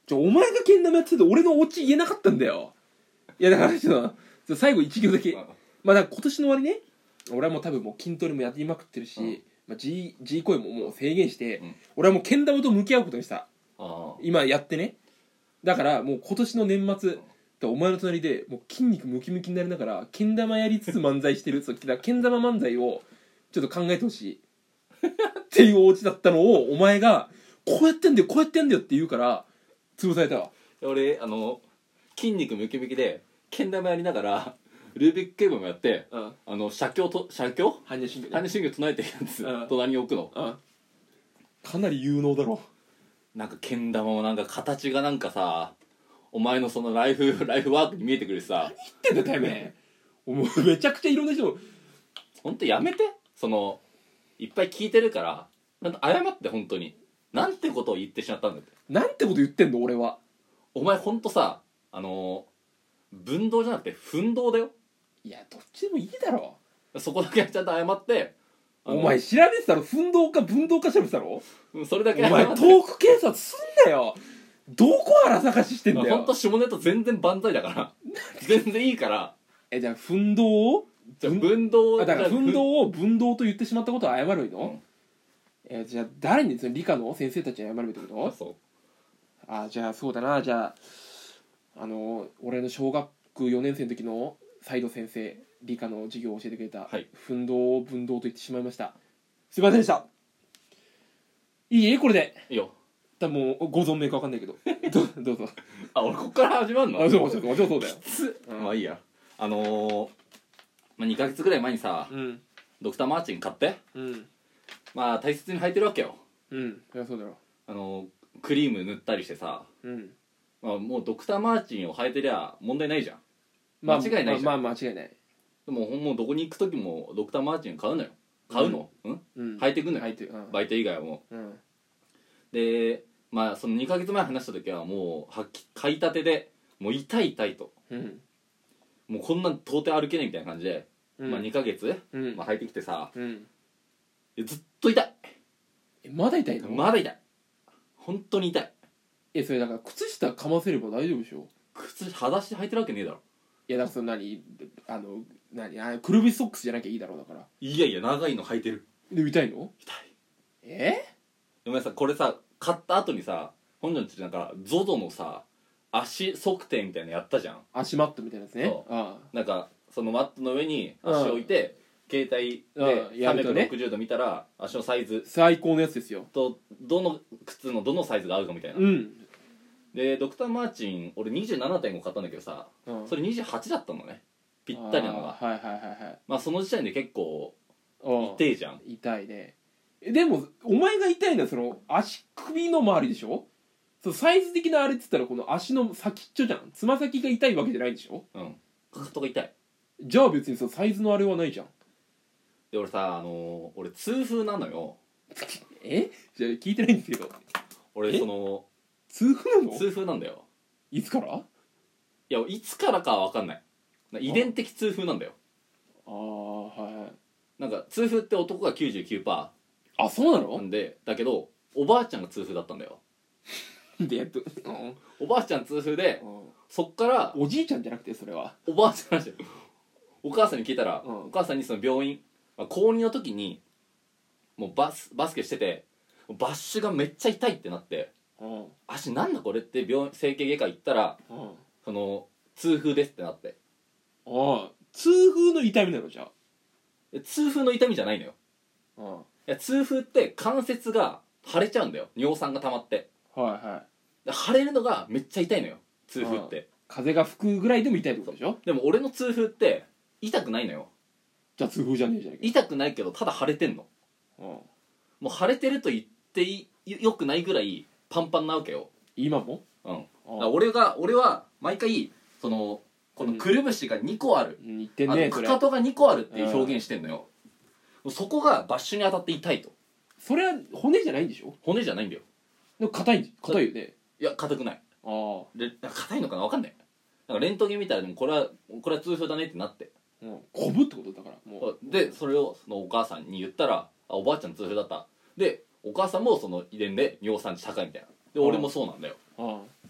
お前がけん玉やってて俺のオチ言えなかったんだよ。いやだから最後1行だけ。まあだから今年の終わりね、俺はもう多分もう筋トレもやりまくってるし、まあ、G 声ももう制限して、俺はもうけん玉と向き合うことにした。今やってね。だからもう今年の年末、お前の隣でもう筋肉ムキムキになりながらけん玉やりつつ漫才してるけん玉漫才をちょっと考えてほしいっていうお家だったのを、お前がこうやってんだよこうやってんだよって言うから潰されたわ。 俺筋肉ムキムキでけん玉やりながらルービックキューブもやって、写経般若心経唱えてるやつ、隣に置くの、 かなり有能だろ。 なんかけん玉もなんか形がなんかさ、お前のそのライフワークに見えてくるしさ。 何言ってんだよてめえ。もうめちゃくちゃいろんな人。 ほんとやめて。いっぱい聞いてるからなんと謝って。本当になんてことを言ってしまったんだって。 なんてこと言ってんの俺は。 お前ほんとさ、分動じゃなくて奮動だよ。 いやどっちでもいいだろ。 そこだけちゃんと謝って。 お前調べてたろ。奮動か分動か調べてたろ。 それだけ謝って。お前トーク警察すんなよ。どこ荒探ししてんだよ。 ほんと下ネタ全然万歳だから全然いいから。 じゃあ奮動を分動だから奮動を分動と言ってしまったことは謝るの、じゃあ誰に理科の先生たちに謝るってこと？そうじゃあそうだな。じゃあ俺の小学4年生の時のサイド先生、理科の授業を教えてくれた、奮動を分動と言ってしまいました。すいませんでした。いいこれでいいよ。 多分もうご存命か分かんないけどどうぞ。 俺こっから始まるの？ そうもちろんそうだよ。 まあいいや。2ヶ月ぐらい前にさ、ドクターマーチン買って、まあ大切に履いてるわけよ。 いやそうだろ。 クリーム塗ったりしてさ、まあ、もうドクターマーチンを履いてりゃ問題ないじゃん。間違いないじゃん。 間違いない。 でももうどこに行く時もドクターマーチン買うのよ。買うの？履いてくのよ。バイト以外はもう。でまあその2ヶ月前話した時はもう買いたてでもう痛いと、もうこんなん到底歩けないみたいな感じで、まあ2ヶ月、まあ、履いてきてさ、ずっと痛い。 まだ痛いの？ まだ痛い。本当に痛い。 それだから靴下かませれば大丈夫でしょ。 裸足で履いてるわけねえだろ。いやだからくるぶしソックスじゃなきゃいいだろう。だからいや長いの履いてる。 で痛いの？ 痛い。お前さこれさ買った後にさ、本庄のちなんか ZOZO のさ足測定みたいなのやったじゃん。 足マットみたいなやつね。 なんかそのマットの上に足を置いて、携帯で360度見たら足のサイズ最高のやつですよ。 とどの靴のどのサイズが合うかみたいな。でドクターマーチン俺 27.5 買ったんだけどさ、それ28だったのね、ぴったりなのが。まあその時点で結構痛いじゃん。 痛いね。でもお前が痛いのはその足首の周りでしょ。サイズ的なあれっつったらこの足の先っちょじゃん。つま先が痛いわけじゃないでしょ。 かかとが痛い。 じゃあ別にサイズのあれはないじゃん。 で俺さ俺痛風なのよ。 じゃあ聞いてないんですけど。 俺痛風なの？ 痛風なんだよ。 いつから？ いやいつからかは分かんない。遺伝的痛風なんだよ。なんか痛風って男が 99%。 そうなの？ なんでだけどおばあちゃんが痛風だったんだよ。おばあちゃん痛風で、そっからおじいちゃんじゃなくてそれはおばあちゃんらしい。お母さんに聞いたら、お母さんにその病院、高2の時にもうバスケしててバッシュがめっちゃ痛いってなって、足なんだこれって整形外科行ったら、その痛風ですってなって。 痛風の痛みなの？じゃあ痛風の痛みじゃないのよ。いや痛風って関節が腫れちゃうんだよ、尿酸が溜まって。腫れるのがめっちゃ痛いのよ痛風って。 風が吹くぐらいでも痛いってことでしょ。 でも俺の痛風って痛くないのよ。 じゃあ痛風じゃねえじゃねえか。 痛くないけどただ腫れてんの。もう腫れてると言ってよくないぐらいパンパンなわけよ今も。 俺は毎回このくるぶしが2個ある、かかとが2個あるっていう表現してんのよ。そこがバッシュに当たって痛いと。 それは骨じゃないんでしょ。 骨じゃないんだよ。 でも硬いよね。いや硬くない。硬いのかな分かんない。なんかレントゲン見たらでもこれは痛風だねってなって、 こぶってことだからもう。 でそれをそのお母さんに言ったらおばあちゃん痛風だった。でお母さんもその遺伝で尿酸値高いみたいな。で俺もそうなんだよ。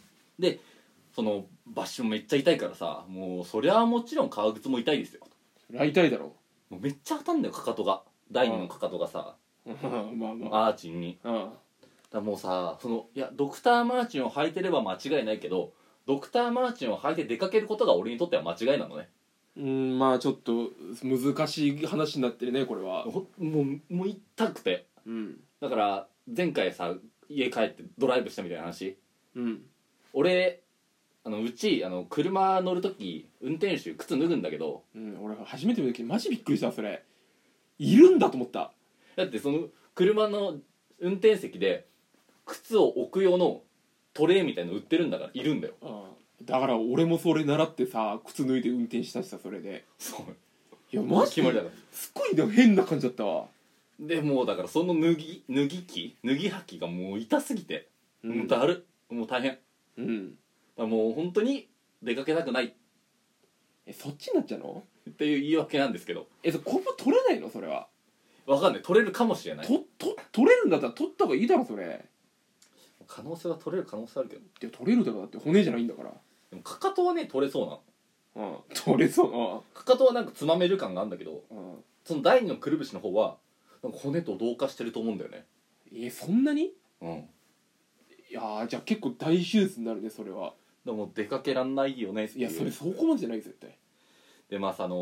でそのバッシュもめっちゃ痛いからさ、もうそりゃもちろん革靴も痛いですよ。 そりゃ痛いだろ。 もうめっちゃ当たんだよ、かかとが、第二のかかとがさ、 まあまあアーチンに。だからもうさ、いやドクターマーチンを履いてれば間違いないけど、ドクターマーチンを履いて出かけることが俺にとっては間違いなのね。 まあちょっと難しい話になってるねこれは。 もう痛くて、だから前回さ家帰ってドライブしたみたいな話、俺うち車乗るとき運転手靴脱ぐんだけど、 俺初めて見た時マジびっくりした。それいるんだと思った。 だってその車の運転席で靴を置く用のトレイみたいの売ってるんだから、いるんだよ。 だから俺もそれ習ってさ、靴脱いで運転したしさ、それで。 そう、 いやマジ決まりだから。 すっごいでも変な感じだったわ。 でもうだからその脱ぎ履きがもう痛すぎて、もうだる、もう大変。だからもう本当に出かけたくない。 そっちになっちゃうのっていう言い訳なんですけど。 コブ取れないのそれは。 わかんない、取れるかもしれない。 取れるんだったら取った方がいいだろそれ。 可能性は取れる可能性あるけど。 いや取れるだろ、だって骨じゃないんだから。 でもかかとはね取れそうな。 取れそうな。かかとはなんかつまめる感があるんだけど、その第二のくるぶしの方はなんか骨と同化してると思うんだよね。 そんなに？ いやじゃあ結構大手術になるねそれは。 でも出かけらんないよねっていう。 いやそれそこまでじゃない絶対。 でまあさ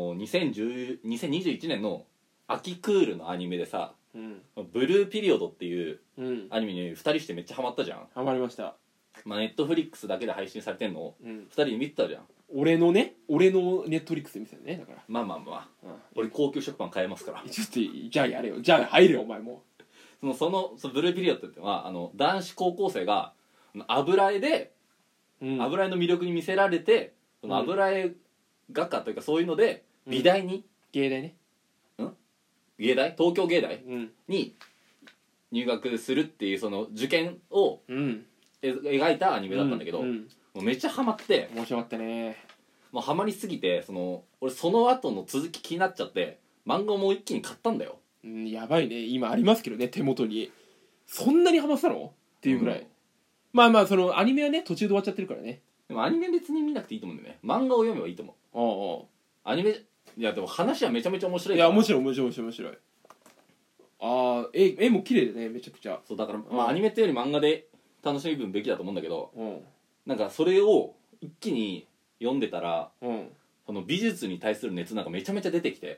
2021年の秋クールのアニメでさ、ブルーピリオドっていうアニメに2人してめっちゃハマったじゃん。 ハマりました。 まあネットフリックスだけで配信されてんのを2人で見てたじゃん。 俺のネットフリックスで見てたね。だからまあ、俺高級食パン買えますから。 ちょっとじゃあやれよ、じゃあ入れよお前も。 そのブルーピリオドってのは男子高校生が油絵で、油絵の魅力に見せられて、その油絵画家というかそういうので美大に、 芸大ね、 芸大、東京芸大に入学するっていうその受験を描いたアニメだったんだけど、もうめっちゃハマって。 面白かったね。 もうハマりすぎて俺その後の続き気になっちゃって漫画をもう一気に買ったんだよ。 やばいね。今ありますけどね手元に。そんなにハマってたのっていうぐらい、まあそのアニメはね途中で終わっちゃってるからね。 でもアニメ別に見なくていいと思うんだよね。漫画を読めばいいと思う。アニメいやでも話はめちゃめちゃ面白いから。 いや面白い。絵も綺麗でねめちゃくちゃ。 そうだからまあアニメってより漫画で楽しむべきだと思うんだけど、なんかそれを一気に読んでたら、その美術に対する熱なんかめちゃめちゃ出てきて、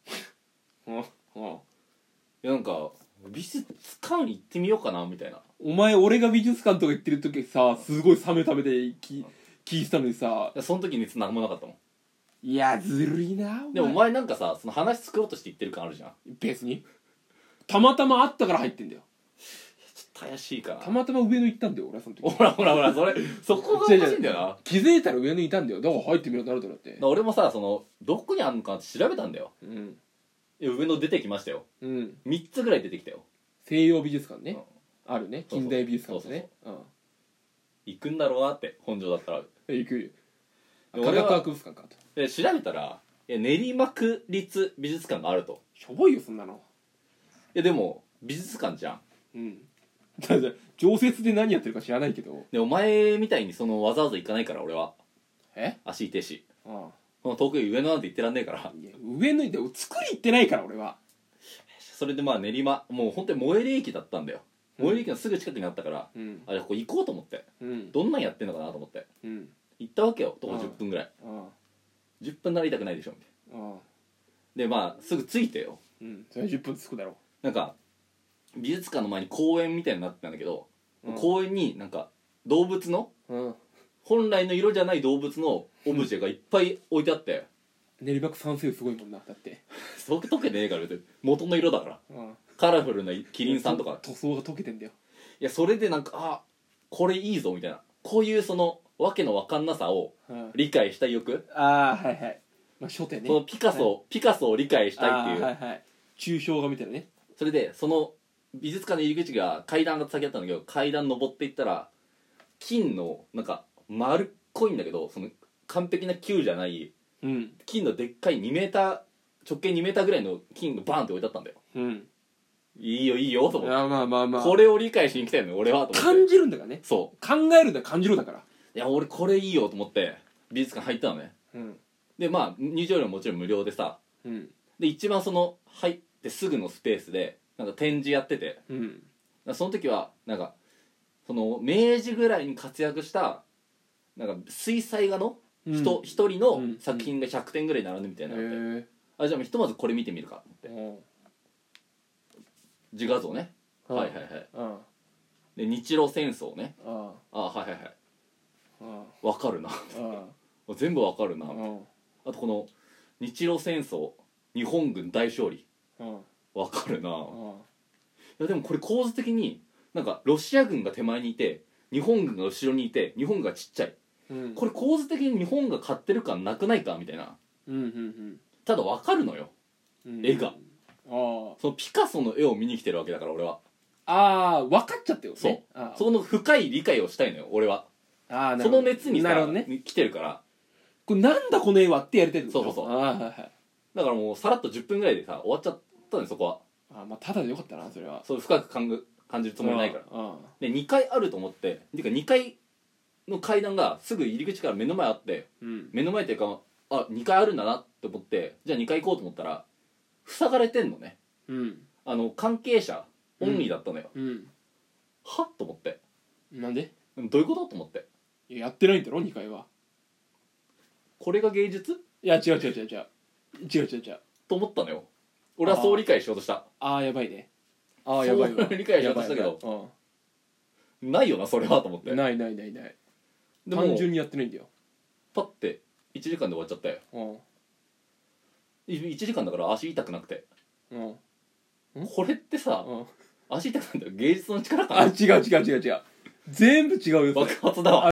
なんか美術館行ってみようかなみたいな。 お前俺が美術館とか行ってる時さすごい冷めで聞いてたのにさ、 その時熱なんもなかったもん。 いやずるいな。 でもお前なんかさその話作ろうとして言ってる感あるじゃん。 別にたまたまあったから入ってんだよ。 ちょっと怪しいかな。 たまたま上野行ったんだよ俺はその時。 ほらそこがおかしいんだよな。 気づいたら上野いたんだよ。だから入ってみようとなるだろって。 俺もさどこにあるのかって調べたんだよ。上野出てきましたよ。3つぐらい出てきたよ。 西洋美術館ね、あるね。近代美術館ね。 行くんだろうなって本庄だったら。 行くよ。科学博物館かと。 で調べたら練馬区立美術館があると。 しょぼいよそんなの。 いやでも美術館じゃん。 だから常設で何やってるか知らないけど。 でお前みたいにわざわざ行かないから俺は。足痛いし。 この遠く上野なんて行ってらんねえから。 いや上野で作り行ってないから俺は。 それでまあ練馬もう本当に最寄り駅だったんだよ。最寄り駅のすぐ近くにあったから、あれここ行こうと思って、どんなんやってんのかなと思って、行ったわけよ。徒歩10分ぐらい。10分なら痛くないでしょみたいな。でまあすぐ着いてよ。それは10分着くだろう。なんか美術館の前に公園みたいになってたんだけど、公園になんか動物の、本来の色じゃない動物のオブジェがいっぱい置いてあって、 練馬区酸性すごいもんな。だってそう溶けてねえから元の色だから、カラフルなキリンさんとか塗装が溶けてんだよ。 いやそれでなんかこれいいぞみたいな、こういうわけのわかんなさを理解したい欲。 はいはい。まあ初手ね。 そのピカソを理解したいっていう。 抽象画みたいなね。 それで美術館の入り口が階段が先だったんだけど、階段登っていったら金のなんか丸っこいんだけど完璧な球じゃない、金のでっかい2メーター直径2メーターぐらいの金がバーンって置いてあったんだよ。いいよと思って。 まあこれを理解しに来たよね俺はと思って。 感じるんだからね。 そう考えるんだ感じろだから。 いや俺これいいよと思って美術館入ったのね。でまあ入場料ももちろん無料でさ、で一番その入ってすぐのスペースでなんか展示やってて、その時はなんかその明治ぐらいに活躍したなんか水彩画の一人の作品が100点ぐらい並んでみたいなので、あじゃあひとまずこれ見てみるかと思って、自画像ね、はいはいはい、で日露戦争ね、はいはいはい、分かるな全部分かるな、あとこの日露戦争日本軍大勝利、分かるな、いやでもこれ構図的になんかロシア軍が手前にいて日本軍が後ろにいて日本軍がちっちゃい、これ構図的に日本が勝ってる感なくないかみたいな、ただ分かるのよ、絵が。そのピカソの絵を見に来てるわけだから俺は。 分かっちゃってるね。 その深い理解をしたいのよ俺は。その熱にさ、来てるから、 これなんだこの絵はってやりたいってこと。そうだからもうさらっと10分ぐらいでさ終わっちゃったのよそこは。 まあただでよかったなそれは。 そう深く感じるつもりないから。で2階あると思っててか2階の階段がすぐ入り口から目の前あって、目の前っていうか2階あるんだなって思って、じゃあ2階行こうと思ったら塞がれてんのね、関係者オンリーだったのよ、はっと思って。 なんでどういうことと思って。 やってないんだろ2階は。 これが芸術？ いや違うと思ったのよ俺は。そう理解しようとした。 やばいね。やばいわ。 そう理解しようとしたけどないよなそれはと思って。 ない。でも単純にやってないんだよ。 パッて1時間で終わっちゃって、1時間だから足痛くなくて、これってさ、足痛くなったら芸術の力かな。 違う全部違うよ。 爆発だわ。